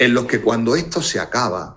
en los que cuando esto se acaba,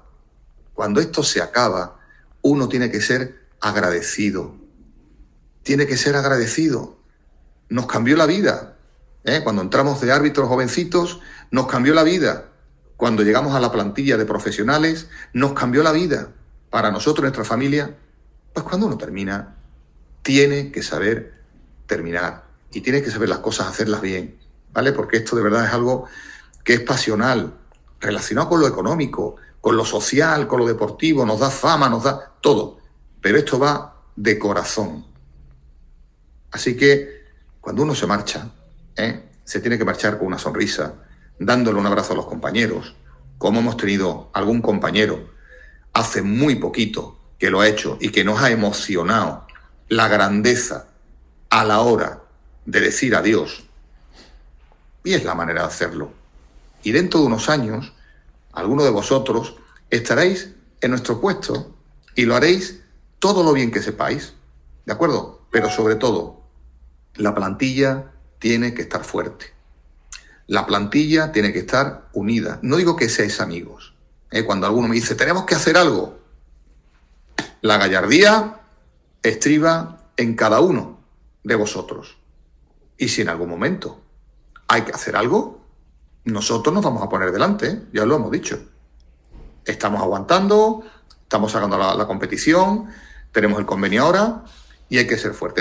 uno tiene que ser agradecido. Tiene que ser agradecido. Nos cambió la vida. Cuando entramos de árbitros jovencitos, nos cambió la vida. Cuando llegamos a la plantilla de profesionales, nos cambió la vida. Para nosotros, nuestra familia, pues cuando uno termina, tiene que saber terminar y tiene que saber las cosas, hacerlas bien, ¿vale? Porque esto de verdad es algo que es pasional, relacionado con lo económico, con lo social, con lo deportivo, nos da fama, nos da todo. Pero esto va de corazón. Así que cuando uno se marcha, se tiene que marchar con una sonrisa, dándole un abrazo a los compañeros, como hemos tenido algún compañero hace muy poquito que lo ha hecho y que nos ha emocionado la grandeza a la hora de decir adiós. Y es la manera de hacerlo. Y dentro de unos años, alguno de vosotros estaréis en nuestro puesto y lo haréis todo lo bien que sepáis, ¿de acuerdo? Pero sobre todo, la plantilla tiene que estar fuerte. La plantilla tiene que estar unida. No digo que seáis amigos. Cuando alguno me dice, tenemos que hacer algo, la gallardía estriba en cada uno de vosotros. Y si en algún momento hay que hacer algo, nosotros nos vamos a poner delante, ya lo hemos dicho. Estamos aguantando, estamos sacando la competición, tenemos el convenio ahora y hay que ser fuertes.